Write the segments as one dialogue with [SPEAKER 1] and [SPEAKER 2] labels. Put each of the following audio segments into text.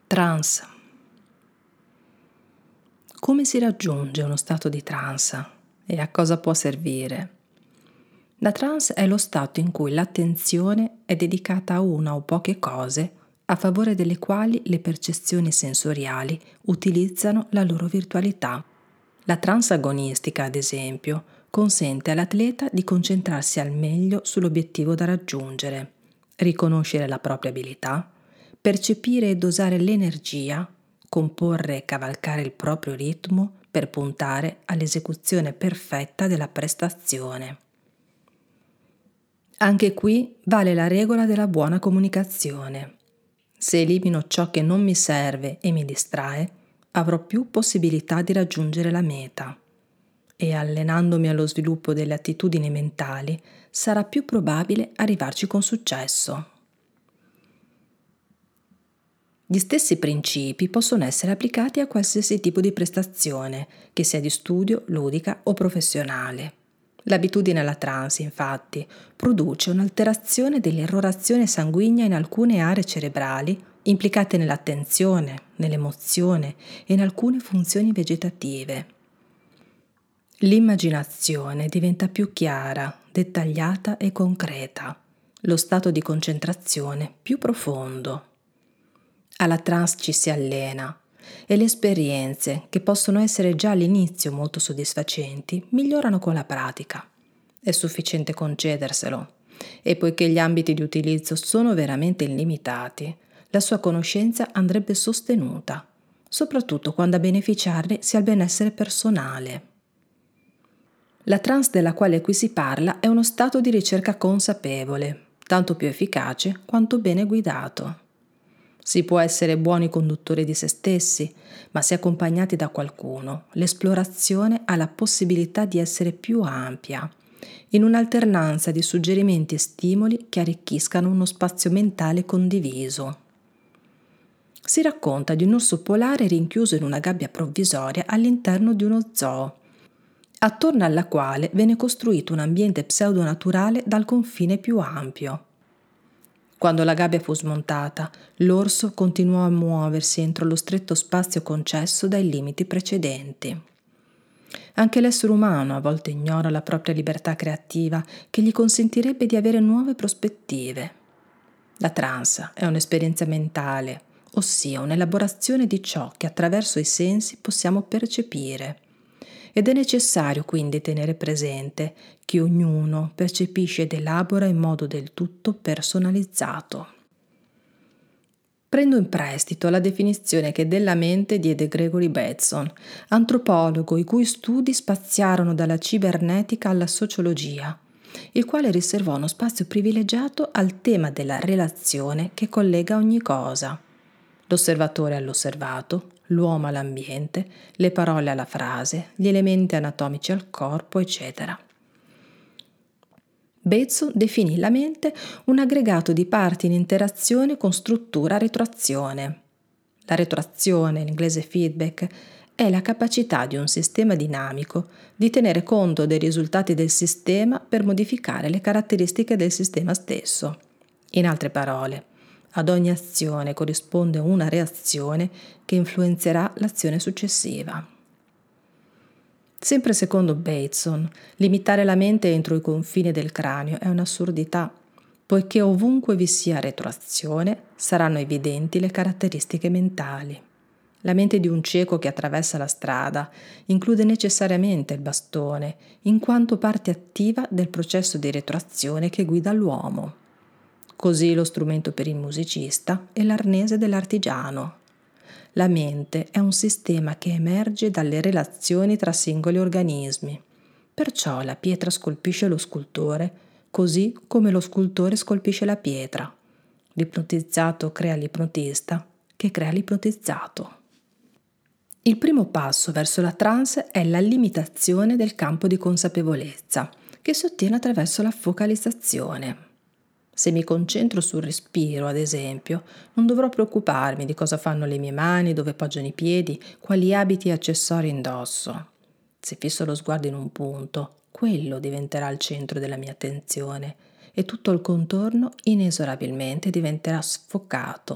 [SPEAKER 1] Trance. Come si raggiunge uno stato di trance e a cosa può servire? La trance è lo stato in cui l'attenzione è dedicata a una o poche cose a favore delle quali le percezioni sensoriali utilizzano la loro virtualità. La trance agonistica, ad esempio, consente all'atleta di concentrarsi al meglio sull'obiettivo da raggiungere, riconoscere la propria abilità, percepire e dosare l'energia, comporre e cavalcare il proprio ritmo per puntare all'esecuzione perfetta della prestazione. Anche qui vale la regola della buona comunicazione. Se elimino ciò che non mi serve e mi distrae, avrò più possibilità di raggiungere la meta. E allenandomi allo sviluppo delle attitudini mentali, sarà più probabile arrivarci con successo. Gli stessi principi possono essere applicati a qualsiasi tipo di prestazione, che sia di studio, ludica o professionale. L'abitudine alla trance, infatti, produce un'alterazione dell'irrorazione sanguigna in alcune aree cerebrali implicate nell'attenzione, nell'emozione e in alcune funzioni vegetative. L'immaginazione diventa più chiara, dettagliata e concreta, lo stato di concentrazione più profondo. Alla trance ci si allena e le esperienze, che possono essere già all'inizio molto soddisfacenti, migliorano con la pratica. È sufficiente concederselo e poiché gli ambiti di utilizzo sono veramente illimitati, la sua conoscenza andrebbe sostenuta, soprattutto quando a beneficiarne sia il benessere personale. La trance della quale qui si parla è uno stato di ricerca consapevole, tanto più efficace quanto bene guidato. Si può essere buoni conduttori di se stessi, ma se accompagnati da qualcuno, l'esplorazione ha la possibilità di essere più ampia, in un'alternanza di suggerimenti e stimoli che arricchiscano uno spazio mentale condiviso. Si racconta di un orso polare rinchiuso in una gabbia provvisoria all'interno di uno zoo, attorno alla quale venne costruito un ambiente pseudonaturale dal confine più ampio. Quando la gabbia fu smontata, l'orso continuò a muoversi entro lo stretto spazio concesso dai limiti precedenti. Anche l'essere umano a volte ignora la propria libertà creativa che gli consentirebbe di avere nuove prospettive. La trance è un'esperienza mentale, ossia un'elaborazione di ciò che attraverso i sensi possiamo percepire. Ed è necessario quindi tenere presente che ognuno percepisce ed elabora in modo del tutto personalizzato. Prendo in prestito la definizione che della mente diede Gregory Bateson, antropologo i cui studi spaziarono dalla cibernetica alla sociologia, il quale riservò uno spazio privilegiato al tema della relazione che collega ogni cosa. L'osservatore all'osservato, l'uomo all'ambiente, le parole alla frase, gli elementi anatomici al corpo, eccetera. Bateson definì la mente un aggregato di parti in interazione con struttura retroazione. La retroazione, in inglese feedback, è la capacità di un sistema dinamico di tenere conto dei risultati del sistema per modificare le caratteristiche del sistema stesso. In altre parole, ad ogni azione corrisponde una reazione che influenzerà l'azione successiva. Sempre secondo Bateson, limitare la mente entro i confini del cranio è un'assurdità, poiché ovunque vi sia retroazione saranno evidenti le caratteristiche mentali. La mente di un cieco che attraversa la strada include necessariamente il bastone, in quanto parte attiva del processo di retroazione che guida l'uomo. Così lo strumento per il musicista è l'arnese dell'artigiano. La mente è un sistema che emerge dalle relazioni tra singoli organismi. Perciò la pietra scolpisce lo scultore, così come lo scultore scolpisce la pietra. L'ipnotizzato crea l'ipnotista, che crea l'ipnotizzato. Il primo passo verso la trance è la limitazione del campo di consapevolezza, che si ottiene attraverso la focalizzazione. Se mi concentro sul respiro, ad esempio, non dovrò preoccuparmi di cosa fanno le mie mani, dove poggiano i piedi, quali abiti e accessori indosso. Se fisso lo sguardo in un punto, quello diventerà il centro della mia attenzione e tutto il contorno inesorabilmente diventerà sfocato,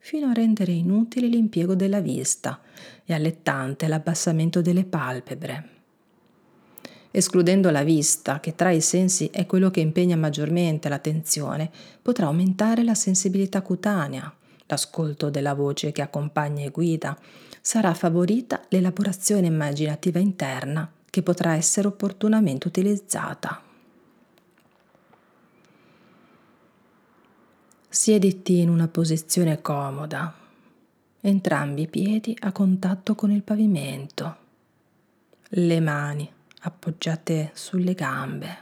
[SPEAKER 1] fino a rendere inutile l'impiego della vista e allettante l'abbassamento delle palpebre. Escludendo la vista, che tra i sensi è quello che impegna maggiormente l'attenzione, potrà aumentare la sensibilità cutanea, l'ascolto della voce che accompagna e guida, sarà favorita l'elaborazione immaginativa interna che potrà essere opportunamente utilizzata. Siediti in una posizione comoda, entrambi i piedi a contatto con il pavimento, le mani appoggiate sulle gambe.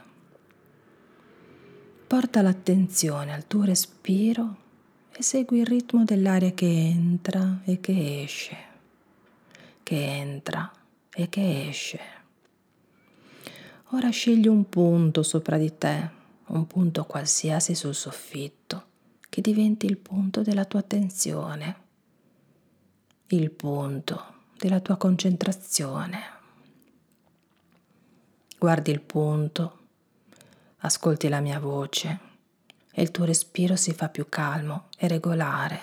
[SPEAKER 1] Porta l'attenzione al tuo respiro e segui il ritmo dell'aria che entra e che esce, che entra e che esce. Ora scegli un punto sopra di te, un punto qualsiasi sul soffitto, che diventi il punto della tua attenzione, il punto della tua concentrazione. Guardi il punto, ascolti la mia voce e il tuo respiro si fa più calmo e regolare.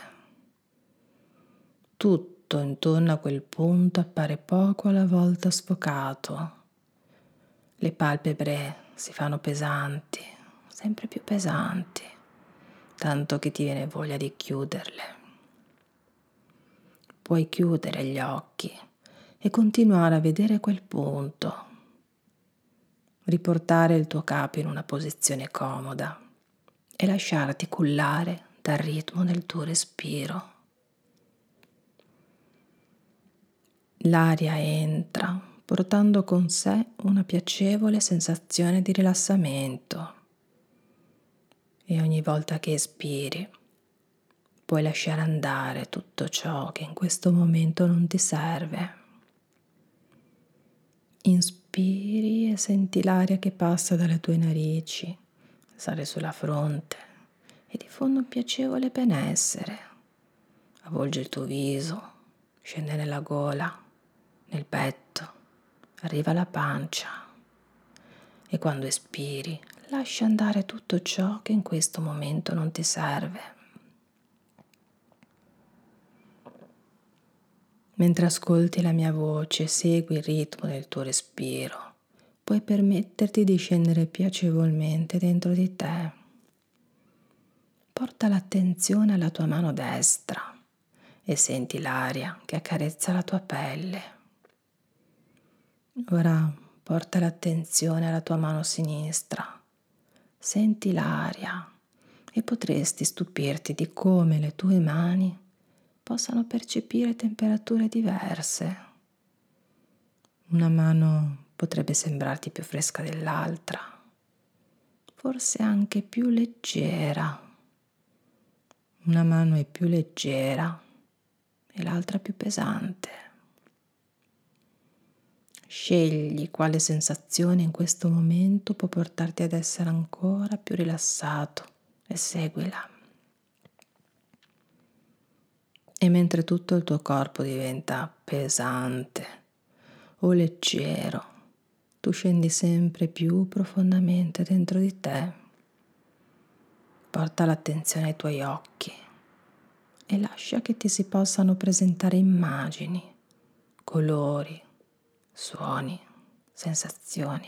[SPEAKER 1] Tutto intorno a quel punto appare poco alla volta sfocato. Le palpebre si fanno pesanti, sempre più pesanti, tanto che ti viene voglia di chiuderle. Puoi chiudere gli occhi e continuare a vedere quel punto. Riportare il tuo capo in una posizione comoda e lasciarti cullare dal ritmo del tuo respiro. L'aria entra portando con sé una piacevole sensazione di rilassamento e ogni volta che espiri puoi lasciare andare tutto ciò che in questo momento non ti serve. Inspiri e senti l'aria che passa dalle tue narici, sale sulla fronte e diffonde un piacevole benessere. Avvolge il tuo viso, scende nella gola, nel petto, arriva alla pancia e quando espiri lascia andare tutto ciò che in questo momento non ti serve. Mentre ascolti la mia voce e segui il ritmo del tuo respiro, puoi permetterti di scendere piacevolmente dentro di te. Porta l'attenzione alla tua mano destra e senti l'aria che accarezza la tua pelle. Ora porta l'attenzione alla tua mano sinistra. Senti l'aria e potresti stupirti di come le tue mani possano percepire temperature diverse. Una mano potrebbe sembrarti più fresca dell'altra, forse anche più leggera. Una mano è più leggera e l'altra più pesante. Scegli quale sensazione in questo momento può portarti ad essere ancora più rilassato e seguila. E mentre tutto il tuo corpo diventa pesante o leggero, tu scendi sempre più profondamente dentro di te. Porta l'attenzione ai tuoi occhi e lascia che ti si possano presentare immagini, colori, suoni, sensazioni.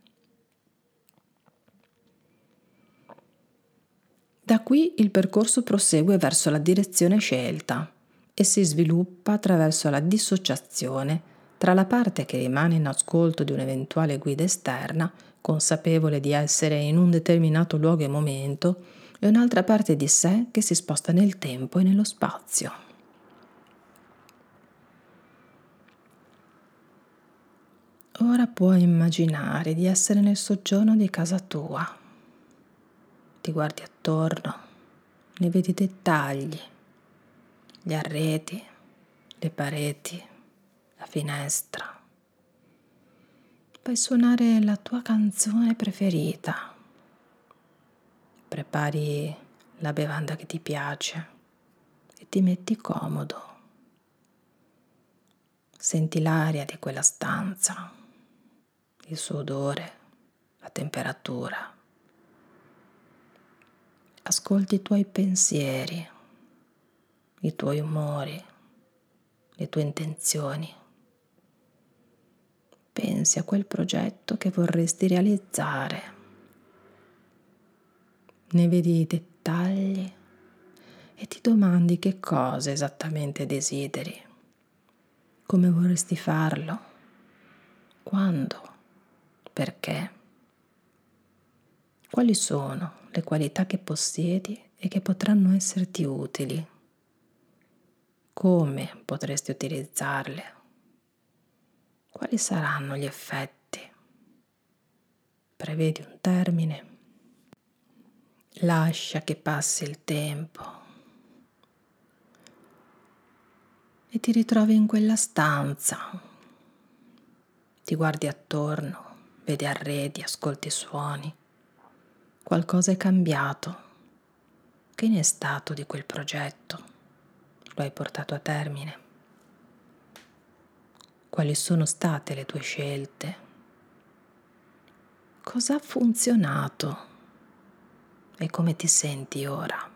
[SPEAKER 1] Da qui il percorso prosegue verso la direzione scelta e si sviluppa attraverso la dissociazione tra la parte che rimane in ascolto di un'eventuale guida esterna, consapevole di essere in un determinato luogo e momento, e un'altra parte di sé che si sposta nel tempo e nello spazio. Ora puoi immaginare di essere nel soggiorno di casa tua. Ti guardi attorno, ne vedi dettagli, gli arredi, le pareti, la finestra. Puoi suonare la tua canzone preferita. Prepari la bevanda che ti piace e ti metti comodo. Senti l'aria di quella stanza, il suo odore, la temperatura. Ascolti i tuoi pensieri. i tuoi umori, le tue intenzioni. Pensi a quel progetto che vorresti realizzare. Ne vedi i dettagli e ti domandi che cosa esattamente desideri, come vorresti farlo, quando, perché, quali sono le qualità che possiedi e che potranno esserti utili, come potresti utilizzarle, quali saranno gli effetti. Prevedi un termine, lascia che passi il tempo e ti ritrovi in quella stanza. Ti guardi attorno, vedi arredi, ascolti suoni. Qualcosa è cambiato. Che ne è stato di quel progetto? Lo hai portato a termine? Quali sono state le tue scelte? Cosa ha funzionato? E come ti senti ora?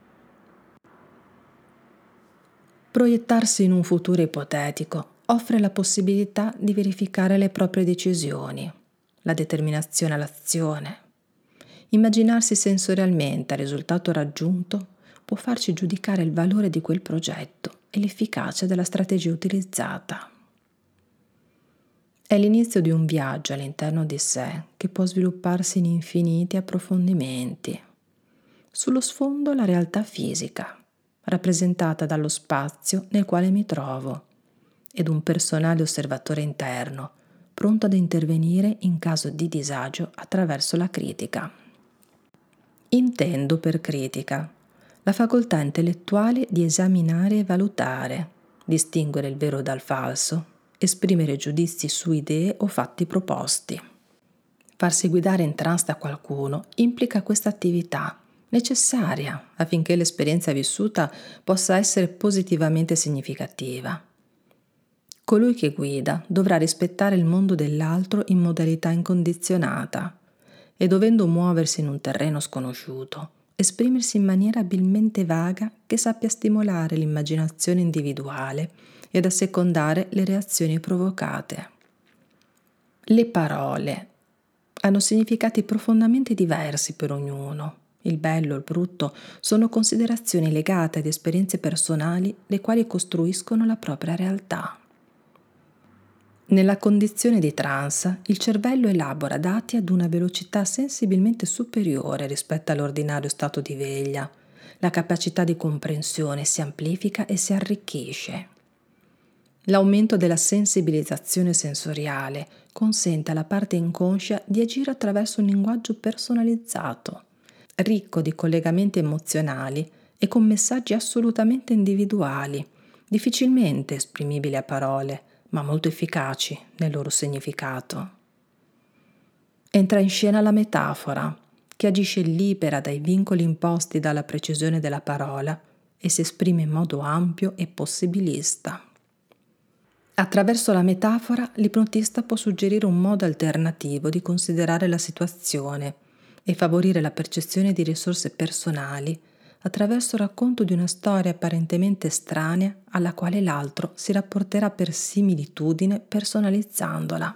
[SPEAKER 1] Proiettarsi in un futuro ipotetico offre la possibilità di verificare le proprie decisioni, la determinazione all'azione. Immaginarsi sensorialmente il risultato raggiunto può farci giudicare il valore di quel progetto e l'efficacia della strategia utilizzata. È l'inizio di un viaggio all'interno di sé che può svilupparsi in infiniti approfondimenti. Sullo sfondo la realtà fisica, rappresentata dallo spazio nel quale mi trovo, ed un personale osservatore interno, pronto ad intervenire in caso di disagio attraverso la critica. Intendo per critica la facoltà intellettuale di esaminare e valutare, distinguere il vero dal falso, esprimere giudizi su idee o fatti proposti. Farsi guidare in trance da qualcuno implica questa attività, necessaria affinché l'esperienza vissuta possa essere positivamente significativa. Colui che guida dovrà rispettare il mondo dell'altro in modalità incondizionata e, dovendo muoversi in un terreno sconosciuto, esprimersi in maniera abilmente vaga che sappia stimolare l'immaginazione individuale ed assecondare le reazioni provocate. Le parole hanno significati profondamente diversi per ognuno. Il bello e il brutto sono considerazioni legate ad esperienze personali, le quali costruiscono la propria realtà. Nella condizione di trance, il cervello elabora dati ad una velocità sensibilmente superiore rispetto all'ordinario stato di veglia. La capacità di comprensione si amplifica e si arricchisce. L'aumento della sensibilizzazione sensoriale consente alla parte inconscia di agire attraverso un linguaggio personalizzato, ricco di collegamenti emozionali e con messaggi assolutamente individuali, difficilmente esprimibili a parole, ma molto efficaci nel loro significato. Entra in scena la metafora, che agisce libera dai vincoli imposti dalla precisione della parola e si esprime in modo ampio e possibilista. Attraverso la metafora, l'ipnotista può suggerire un modo alternativo di considerare la situazione e favorire la percezione di risorse personali attraverso il racconto di una storia apparentemente estranea alla quale l'altro si rapporterà per similitudine personalizzandola.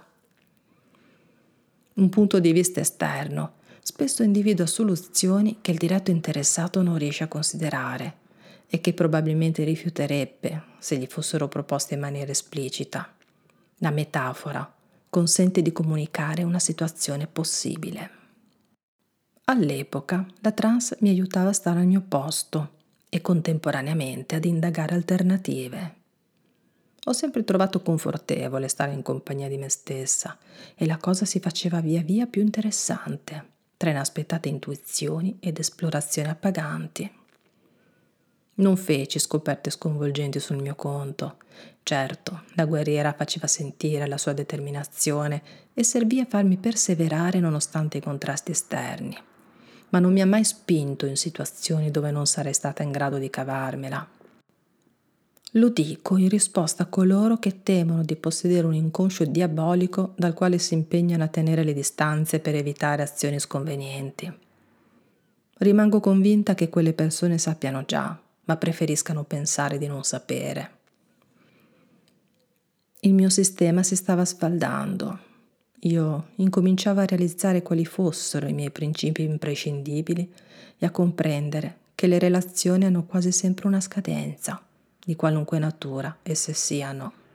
[SPEAKER 1] Un punto di vista esterno spesso individua soluzioni che il diretto interessato non riesce a considerare e che probabilmente rifiuterebbe se gli fossero proposte in maniera esplicita. La metafora consente di comunicare una situazione possibile. All'epoca la trance mi aiutava a stare al mio posto e contemporaneamente ad indagare alternative. Ho sempre trovato confortevole stare in compagnia di me stessa e la cosa si faceva via via più interessante, tra inaspettate intuizioni ed esplorazioni appaganti. Non feci scoperte sconvolgenti sul mio conto. Certo, la guerriera faceva sentire la sua determinazione e servì a farmi perseverare nonostante i contrasti esterni, ma non mi ha mai spinto in situazioni dove non sarei stata in grado di cavarmela. Lo dico in risposta a coloro che temono di possedere un inconscio diabolico dal quale si impegnano a tenere le distanze per evitare azioni sconvenienti. Rimango convinta che quelle persone sappiano già, ma preferiscano pensare di non sapere. Il mio sistema si stava sfaldando. Io incominciavo a realizzare quali fossero i miei principi imprescindibili e a comprendere che le relazioni hanno quasi sempre una scadenza, di qualunque natura esse siano.